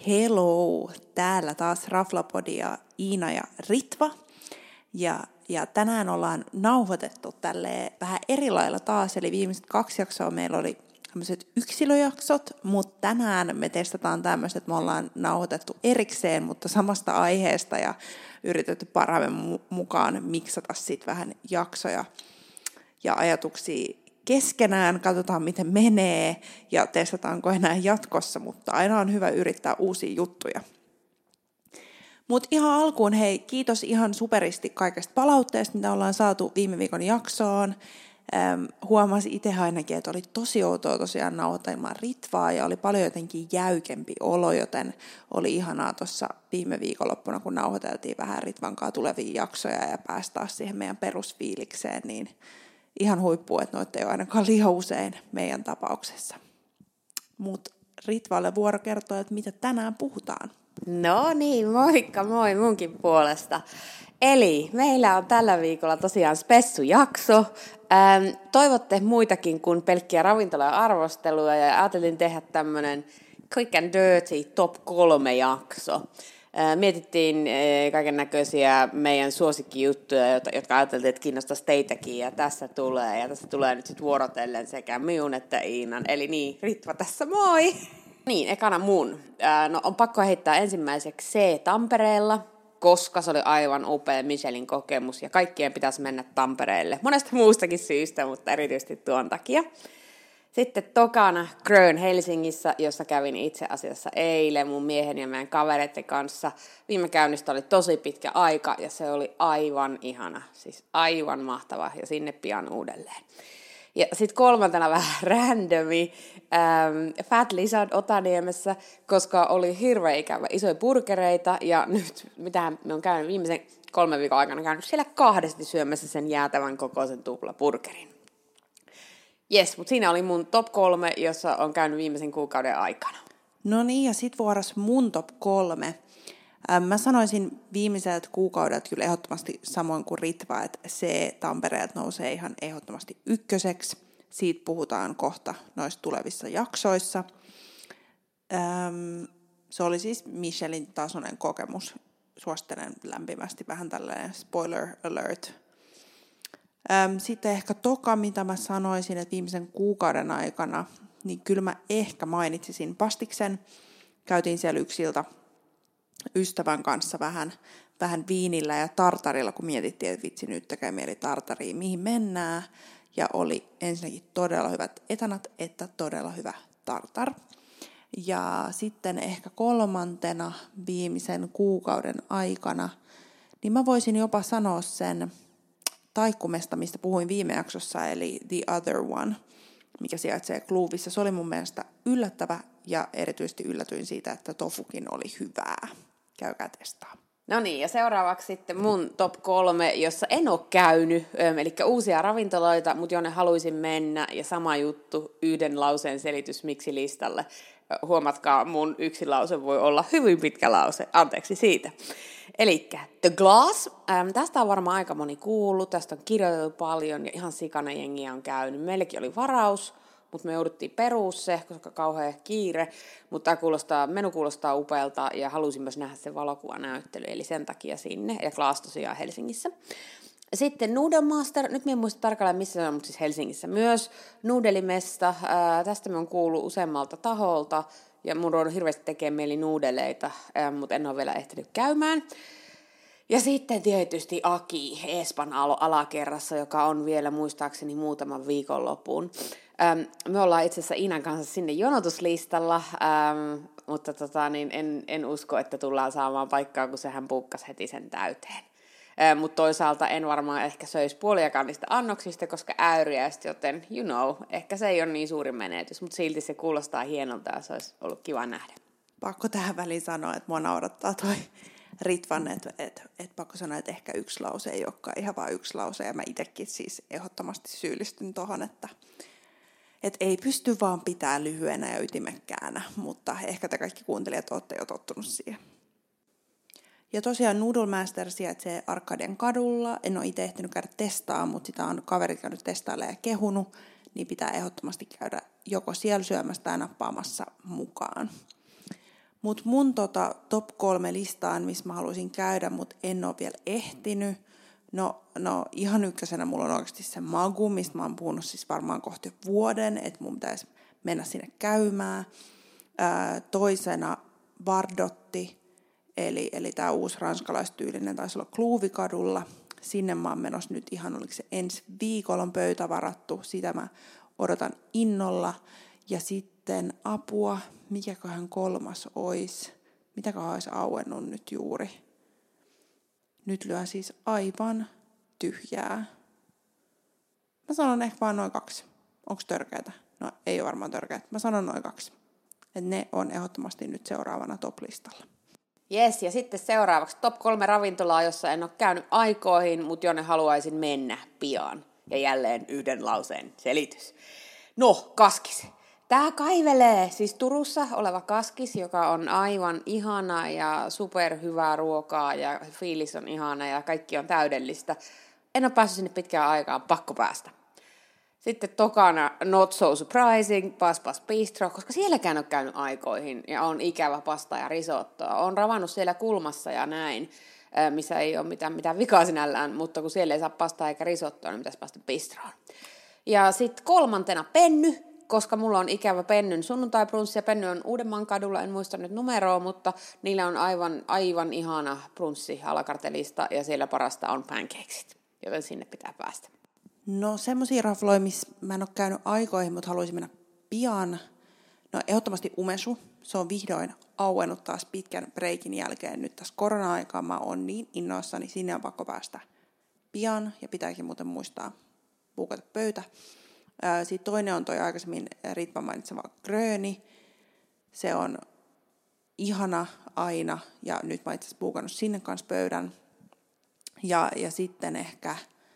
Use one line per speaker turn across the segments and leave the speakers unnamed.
Hello! Täällä taas Raflapodi ja Iina ja Ritva. Ja tänään ollaan nauhoitettu tälleen vähän eri lailla taas, eli viimeiset 2 jaksoa meillä oli tämmöiset yksilöjaksot, mutta tänään me testataan tämmöistä, että me ollaan nauhoitettu erikseen, mutta samasta aiheesta ja yritetty parhaamme mukaan miksata sitten vähän jaksoja ja ajatuksia keskenään, katsotaan miten menee ja testataanko enää jatkossa, mutta aina on hyvä yrittää uusia juttuja. Mutta ihan alkuun hei, kiitos ihan superisti kaikesta palautteesta, mitä ollaan saatu viime viikon jaksoon. Huomasin itse ainakin, että oli tosi outoa tosiaan nauhoittaa ilman Ritvaa ja oli paljon jotenkin jäykempi olo, joten oli ihanaa tuossa viime viikonloppuna, kun nauhoiteltiin vähän Ritvan kanssa tulevia jaksoja ja pääsi taas siihen meidän perusfiilikseen, niin ihan huippua, että noita ei ole ainakaan liian usein meidän tapauksessa. Mutta Ritvalle vuoro kertoo, että mitä tänään puhutaan.
No niin, moikka moi munkin puolesta. Eli meillä on tällä viikolla tosiaan spessujakso. Toivotte muitakin kuin pelkkiä ravintola- ja arvosteluja ja ajattelin tehdä tämmönen quick and dirty top 3 jakso. Mietittiin kaiken näköisiä meidän suosikkijuttuja, jotka ajateltiin, että kiinnostaisi teitäkin, ja tässä tulee nyt sitten vuorotellen sekä minun että Iinan. Eli niin, Ritva tässä, moi! Niin, ekana mun. No on pakko heittää ensimmäiseksi C Tampereella, koska se oli aivan upea Michelin kokemus, ja kaikkien pitäisi mennä Tampereelle. Monesta muustakin syystä, mutta erityisesti tuon takia. Sitten tokana Grön Helsingissä, jossa kävin itse asiassa eilen mun miehen ja meidän kavereiden kanssa. Viime käynnistä oli tosi pitkä aika ja se oli aivan ihana, siis aivan mahtava ja sinne pian uudelleen. Ja sitten kolmantena vähän randomi Fat Lizard Otaniemessä, koska oli hirveän ikävä isoja burgereita ja nyt mitähän me on käynyt viimeisen 3 viikon aikana käynyt siellä 2 syömässä sen jäätävän kokoisen tuplaburgerin. Jes, mutta siinä oli mun top 3, jossa on käynyt viimeisen kuukauden aikana.
No niin, ja sit vuoros mun top 3. Mä sanoisin viimeiseltä kuukaudet kyllä ehdottomasti samoin kuin Ritva, että se Tampereelta nousee ihan ehdottomasti ykköseksi. Siitä puhutaan kohta noissa tulevissa jaksoissa. Se oli siis Michelin tasoinen kokemus. Suosittelen lämpimästi, vähän tällainen spoiler alert. Sitten ehkä toka, mitä mä sanoisin, että viimeisen kuukauden aikana, niin kyllä mä ehkä mainitsisin pastiksen. Käytiin siellä yksiltä ystävän kanssa vähän viinillä ja tartarilla, kun mietittiin, että vitsi nyt tekee mieli tartariin, mihin mennään. Ja oli ensinnäkin todella hyvät etanat, että todella hyvä tartar. Ja sitten ehkä kolmantena viimeisen kuukauden aikana, niin mä voisin jopa sanoa sen taikkumesta, mistä puhuin viime jaksossa, eli The Other One, mikä sijaitsee Kluvissa. Se oli mun mielestä yllättävä ja erityisesti yllätyin siitä, että tofukin oli hyvää. Käykää testaa.
No niin, ja seuraavaksi sitten mun top 3, jossa en ole käynyt, eli uusia ravintoloita, mutta jonne haluaisin mennä, ja sama juttu, 1 lauseen selitys miksi listalle. Huomatkaa, mun 1 lause voi olla hyvin pitkä lause, anteeksi siitä. Elikkä The Glass, tästä on varmaan aika moni kuullut, tästä on kirjoitettu paljon ja ihan sikana jengiä on käynyt. Meilläkin oli varaus, mutta me jouduttiin peruus se, koska kauhean kiire, mutta menu kuulostaa upealta ja halusin myös nähdä sen valokuvanäyttely, eli sen takia sinne, ja Glass tosiaan Helsingissä. Sitten Noodle Master, nyt minä en muista tarkalleen missä se on, mutta siis Helsingissä myös. Nuudelimesta, tästä me on kuullut useammalta taholta, ja mun on hirveästi tekemään mieli nuudeleita, mutta en ole vielä ehtinyt käymään. Ja sitten tietysti Aki Espan alakerrassa, joka on vielä muistaakseni muutaman viikonlopun. Me ollaan itse asiassa Iinan kanssa sinne jonotuslistalla, mutta en usko, että tullaan saamaan paikkaa, kun sehän buukkasi heti sen täyteen. Mutta toisaalta en varmaan ehkä söisi puoliakaan niistä annoksista, koska äyriäistä, joten ehkä se ei ole niin suuri menetys, mutta silti se kuulostaa hienolta ja se olisi ollut kiva nähdä.
Pakko tähän väliin sanoa, että mua naurattaa toi Ritvan, että pakko sanoa, että ehkä 1 lause ei olekaan ihan vain 1 lause, ja mä itsekin siis ehdottomasti syyllistyn tohon, että ei pysty vaan pitää lyhyenä ja ytimekkäänä, mutta ehkä te kaikki kuuntelijat olette jo tottunut siihen. Ja tosiaan Noodle Master sijaitsee Arkadian kadulla. En ole itse ehtinyt käydä testaa, mutta sitä on kaverit käynyt testailemaan ja kehunut, niin pitää ehdottomasti käydä joko siellä syömässä tai nappaamassa mukaan. Mutta mun top 3 listaan, missä mä haluaisin käydä, mutta en ole vielä ehtinyt. No ihan ykkösenä mulla on oikeasti se Magu, mistä mä oon puhunut siis varmaan kohti vuoden, että mun pitäisi mennä sinne käymään. Toisena Vardotti, eli tämä uusi ranskalaistyylinen, taisi olla Kluuvikadulla. Sinne mä oon menossa nyt ihan, oliko se ensi viikolla on pöytä varattu, sitä mä odotan innolla. Ja sitten apua, mikäköhän kolmas olisi, mitäköhän olisi auennut nyt juuri. Nyt lyön siis aivan tyhjää. Mä sanon ehkä vaan noin 2. Onko törkeätä? No ei ole varmaan törkeätä. Mä sanon noin 2. Et ne on ehdottomasti nyt seuraavana top-listalla.
Jes, ja sitten seuraavaksi top 3 ravintolaa, jossa en ole käynyt aikoihin, mutta jonne haluaisin mennä pian. Ja jälleen yhden lauseen selitys. No, Kaskis. Tää kaivelee, siis Turussa oleva Kaskis, joka on aivan ihana ja superhyvää ruokaa ja fiilis on ihana ja kaikki on täydellistä. En ole päässyt sinne pitkään aikaan, pakko päästä. Sitten tokana Not So Surprising, Pas Bistro, koska sielläkään on käynyt aikoihin ja on ikävä pasta ja risottoa. Olen ravannut siellä kulmassa ja näin, missä ei ole mitään vikaa sinällään, mutta kun siellä ei saa pastaa eikä risottoa, niin pitäisi päästä Bistroon. Ja sitten kolmantena Penny, koska mulla on ikävä Pennyn sunnuntai-brunssi ja Penny on Uudenmaan kadulla, en muista nyt numeroa, mutta niillä on aivan ihana brunssi alakartelista ja siellä parasta on pancakesit, joten sinne pitää päästä.
No semmosia rafloja, missä mä en ole käynyt aikoihin, mutta haluaisin mennä pian. No ehdottomasti Umesu. Se on vihdoin auennut taas pitkän breikin jälkeen. Nyt tässä korona-aikaa mä oon niin innoissani, sinne on pakko päästä pian. Ja pitääkin muuten muistaa buukata pöytä. Sitten toinen on toi aikaisemmin Ritvan mainitsema Gröni. Se on ihana aina ja nyt mä itse asiassa buukannut sinne kanssa pöydän. Ja sitten ehkä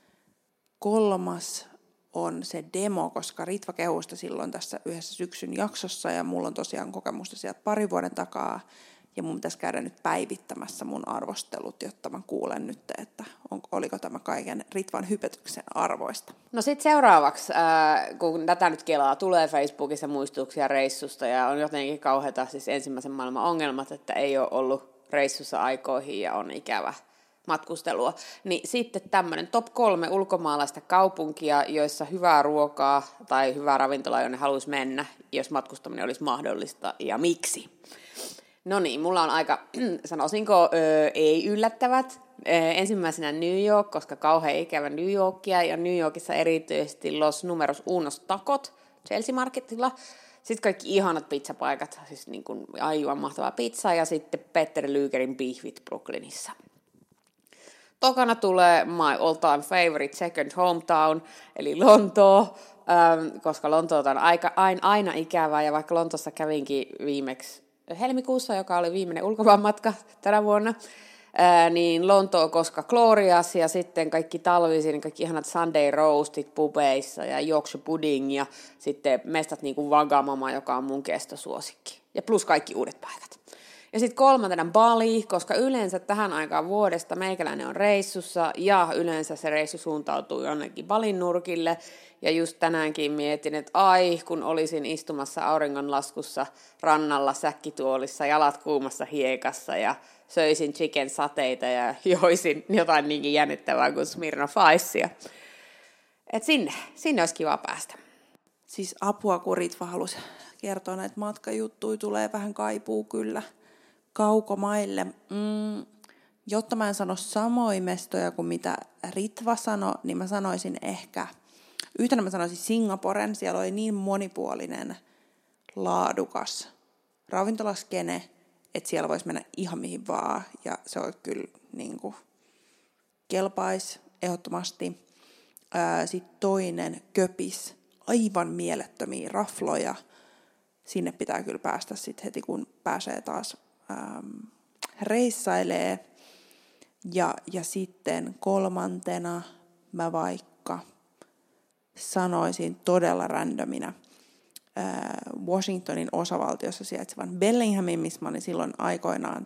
kolmas on se demo, koska Ritva kehusta silloin tässä yhdessä syksyn jaksossa ja mulla on tosiaan kokemusta sieltä 2 vuoden takaa ja mun pitäisi käydä nyt päivittämässä mun arvostelut, jotta mä kuulen nyt, että oliko tämä kaiken Ritvan hypetyksen arvoista.
No sitten seuraavaksi, kun tätä nyt kelaa, tulee Facebookissa muistutuksia reissusta ja on jotenkin kauheata siis ensimmäisen maailman ongelmat, että ei ole ollut reissussa aikoihin ja on ikävä matkustelua, niin sitten tämmöinen top 3 ulkomaalaista kaupunkia, joissa hyvää ruokaa tai hyvää ravintolaa, jonne haluaisi mennä, jos matkustaminen olisi mahdollista, ja miksi? No niin, mulla on aika, sanoisinko, ei yllättävät. Ensimmäisenä New York, koska kauhean ikävä New Yorkia, ja New Yorkissa erityisesti Los Números Unos Tacot Chelsea Marketilla. Sitten kaikki ihanat pizzapaikat, siis niin kuin aivan mahtavaa pizzaa, ja sitten Peter Lugerin biifit Brooklynissa. Tokana tulee my all-time favorite second hometown, eli Lontoo, koska Lontoota on aina ikävää, ja vaikka Lontoossa kävinkin viimeksi helmikuussa, joka oli viimeinen ulkomaanmatka tänä vuonna, niin Lontoo, koska Glorias ja sitten kaikki talvisin, kaikki ihanat Sunday roastit pubeissa ja Yorkshire pudding ja sitten mestat niin kuin Wagamama, joka on mun kestosuosikki. Ja plus kaikki uudet paikat. Ja sitten kolmantena Bali, koska yleensä tähän aikaan vuodesta meikäläinen on reissussa ja yleensä se reissu suuntautuu jonnekin Balin nurkille. Ja just tänäänkin mietin, että kun olisin istumassa auringonlaskussa rannalla säkkituolissa, jalat kuumassa hiekassa ja söisin chicken sateita ja joisin jotain niinkin jännittävää kuin Smirnoff Icea. Et sinne olisi kiva päästä.
Siis apua, kun Ritva halusi kertoa näitä matkajuttuja, tulee vähän kaipuu kyllä kaukomaille. Jotta mä en sano samoja mestoja kuin mitä Ritva sanoi, niin mä sanoisin ehkä, yhtenä mä sanoisin Singaporen, siellä oli niin monipuolinen, laadukas ravintolaskene, että siellä voisi mennä ihan mihin vaan, ja se on kyllä niin kuin kelpaisi ehdottomasti. Sitten toinen Köpis, aivan mielettömiä rafloja, sinne pitää kyllä päästä sitten heti, kun pääsee taas reissailee. Ja sitten kolmantena mä vaikka sanoisin todella randomina Washingtonin osavaltiossa sijaitsevan Bellinghamin, missä mä olin silloin aikoinaan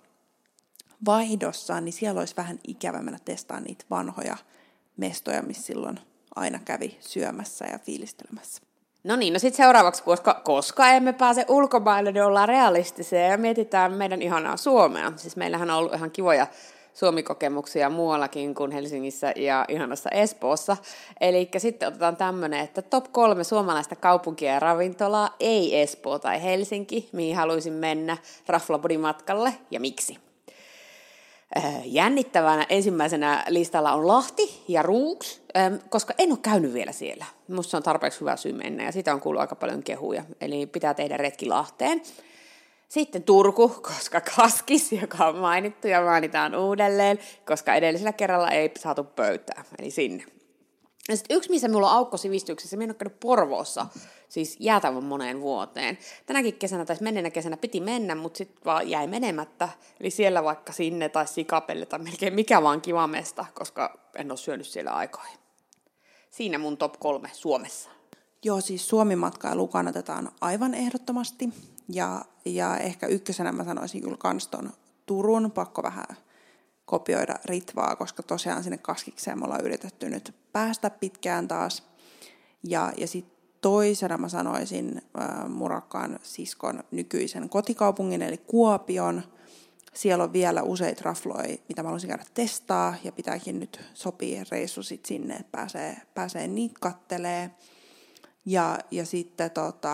vaihdossa, niin siellä olisi vähän ikävä mennä testaamaan niitä vanhoja mestoja, missä silloin aina kävi syömässä ja fiilistelemässä.
No niin, no sitten seuraavaksi, koska emme pääse ulkomaille, niin ollaan realistisia ja mietitään meidän ihanaa Suomea. Siis meillähän on ollut ihan kivoja Suomi-kokemuksia muuallakin kuin Helsingissä ja ihanassa Espoossa. Eli sitten otetaan tämmöinen, että top 3 suomalaista kaupunkia ja ravintolaa, ei Espoo tai Helsinki, mihin haluaisin mennä Raflabody-matkalle ja miksi. Jännittävänä ensimmäisenä listalla on Lahti ja Ruuks, koska en ole käynyt vielä siellä. Minusta se on tarpeeksi hyvä syy mennä ja siitä on kuullut aika paljon kehuja, eli pitää tehdä retki Lahteen. Sitten Turku, koska Kaskis, joka on mainittu ja mainitaan uudelleen, koska edellisellä kerralla ei saatu pöytää, eli sinne. Ja sitten yksi, missä minulla on aukko sivistyksessä, minä en ole käynyt Porvoossa, siis jäätävän moneen vuoteen. Tänäkin kesänä tai menneenä kesänä piti mennä, mutta sitten vaan jäi menemättä. Eli siellä vaikka sinne tai Sikapelle tai melkein mikä vaan kiva mesta, koska en ole syönyt siellä aikoihin. Siinä mun top 3 Suomessa.
Joo, siis Suomi-matkailu kannatetaan aivan ehdottomasti. Ja ehkä ykkösenä mä sanoisin kyllä kans ton Turun, pakko vähän kopioida Ritvaa, koska tosiaan sinne Kaskikseen me ollaan yritetty nyt päästä pitkään taas. Ja sitten toisena mä sanoisin mun rakkaan siskon nykyisen kotikaupungin, eli Kuopion. Siellä on vielä useita rafloja, mitä mä haluaisin käydä testaa, ja pitääkin nyt sopia reissu sit sinne, että pääsee niitä kattelee. Ja sitten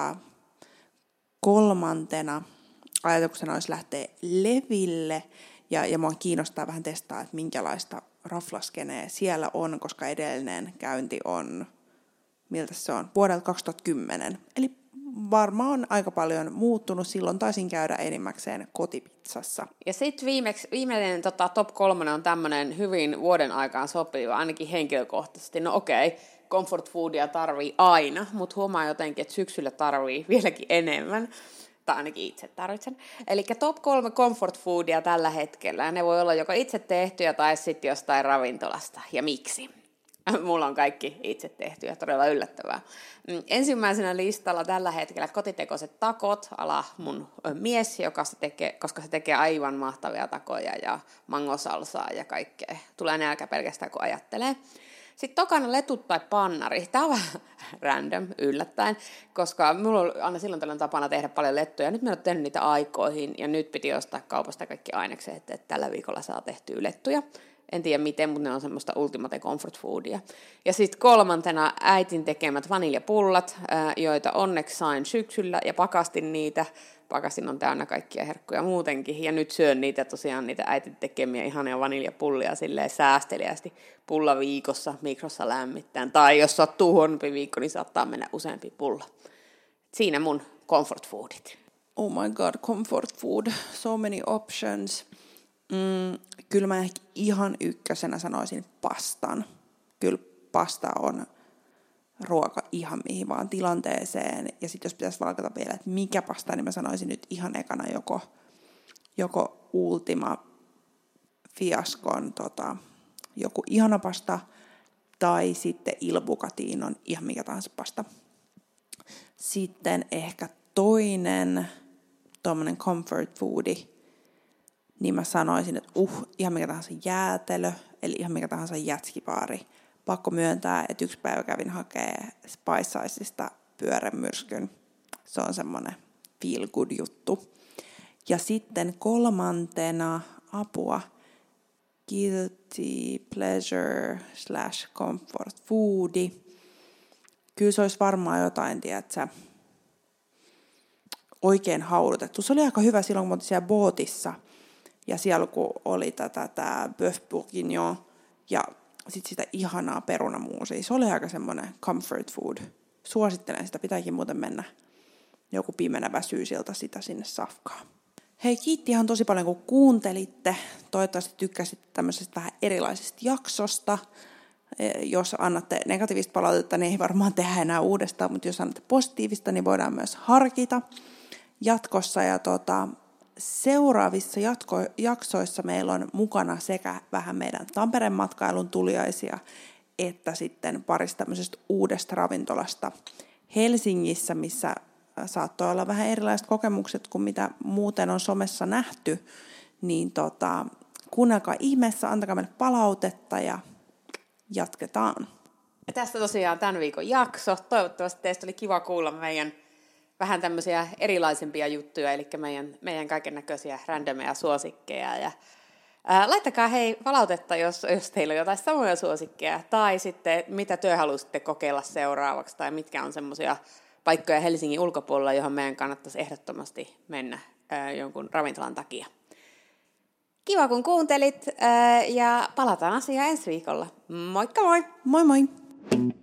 kolmantena ajatuksena olisi lähteä Leville, ja mua kiinnostaa vähän testaa, että minkälaista raflaskenee siellä on, koska edellinen käynti on, miltä se on, vuodelta 2010. Eli varmaan on aika paljon muuttunut. Silloin taisin käydä enimmäkseen kotipizzassa.
Ja sitten viimeinen top 3 on tämmöinen hyvin vuoden aikaan sopiva, ainakin henkilökohtaisesti. No okei, comfort foodia tarvii aina, mutta huomaa jotenkin, että syksyllä tarvii vieläkin enemmän. Tai ainakin itse tarvitsen. Eli top 3 comfort foodia tällä hetkellä. Ja ne voi olla joko itse tehtyjä tai sitten jostain ravintolasta. Ja miksi? Mulla on kaikki itse tehtyjä, todella yllättävää. Ensimmäisenä listalla tällä hetkellä kotitekoiset takot, ala mun mies, koska se tekee aivan mahtavia takoja ja mangosalsaa ja kaikkea. Tulee nälkä pelkästään, kun ajattelee. Sitten tokana letut tai pannari. Tämä on vähän random, yllättäen, koska minulla on aina silloin tällöin tapana tehdä paljon lettuja. Nyt minä olen tehnyt niitä aikoihin ja nyt piti ostaa kaupasta kaikki ainekset, että tällä viikolla saa tehtyä lettuja. En tiedä miten, mutta ne on semmoista ultimate comfort foodia. Ja sitten kolmantena äitin tekemät vaniljapullat, joita onneksi sain syksyllä ja pakastin niitä. Pakastin on täynnä kaikkia herkkuja muutenkin. Ja nyt syön niitä tosiaan, niitä äitin tekemiä ihania vaniljapullia silleen säästeliästi pulla viikossa mikrossa lämmittäen. Tai jos sattuu huonompi viikko, niin saattaa mennä useampi pulla. Siinä mun comfort foodit.
Oh my god, comfort food. So many options. Kyllä mä ehkä ihan ykkösenä sanoisin pastan. Kyllä pasta on ruoka ihan mihin vaan tilanteeseen. Ja sitten jos pitäisi valkata vielä, että mikä pasta, niin mä sanoisin nyt ihan ekana joko Ultima Fiaskon joku ihana pasta, tai sitten Il Bucatinon ihan mikä tahansa pasta. Sitten ehkä toinen tommonen comfort foodi, niin mä sanoisin, että ihan mikä tahansa jäätelö, eli ihan mikä tahansa jätskipaari. Pakko myöntää, että yksi päivä kävin hakee Spice Icesta pyörämyrskyn. Se on semmoinen feel good juttu. Ja sitten kolmantena apua guilty pleasure / comfort foodi. Kyllä se olisi varmaan jotain, tiedätkö, oikein haudutettu. Se oli aika hyvä silloin, kun oltiin siellä bootissa. Ja siellä kun oli tätä bœuf bourguignon ja sitten sitä ihanaa perunamuusia. Se oli aika semmoinen comfort food. Suosittelen sitä, pitääkin muuten mennä joku pimeänä väsyysilta sitä sinne safkaan. Hei, kiitti ihan tosi paljon kun kuuntelitte. Toivottavasti tykkäsitte tämmöisestä vähän erilaisesta jaksosta. Jos annatte negatiivista palautetta, niin ei varmaan tehdä enää uudestaan, mutta jos annatte positiivista, niin voidaan myös harkita jatkossa. Ja seuraavissa jaksoissa meillä on mukana sekä vähän meidän Tampereen matkailun tuliaisia, että sitten parista tämmöisestä uudesta ravintolasta Helsingissä, missä saattoi olla vähän erilaiset kokemukset kuin mitä muuten on somessa nähty. Niin kuunnelkaa ihmeessä, antakaa meille palautetta ja jatketaan.
Tässä tosiaan tämän viikon jakso. Toivottavasti teistä oli kiva kuulla meidän vähän tämmöisiä erilaisempia juttuja, eli meidän kaiken näköisiä randomeja suosikkeja. Ja, laittakaa hei palautetta, jos teillä on jotain samoja suosikkeja, tai sitten mitä työ haluaisitte kokeilla seuraavaksi, tai mitkä on semmoisia paikkoja Helsingin ulkopuolella, johon meidän kannattaisi ehdottomasti mennä jonkun ravintolan takia. Kiva kun kuuntelit ja palataan asiaan ensi viikolla. Moikka moi!
Moi moi!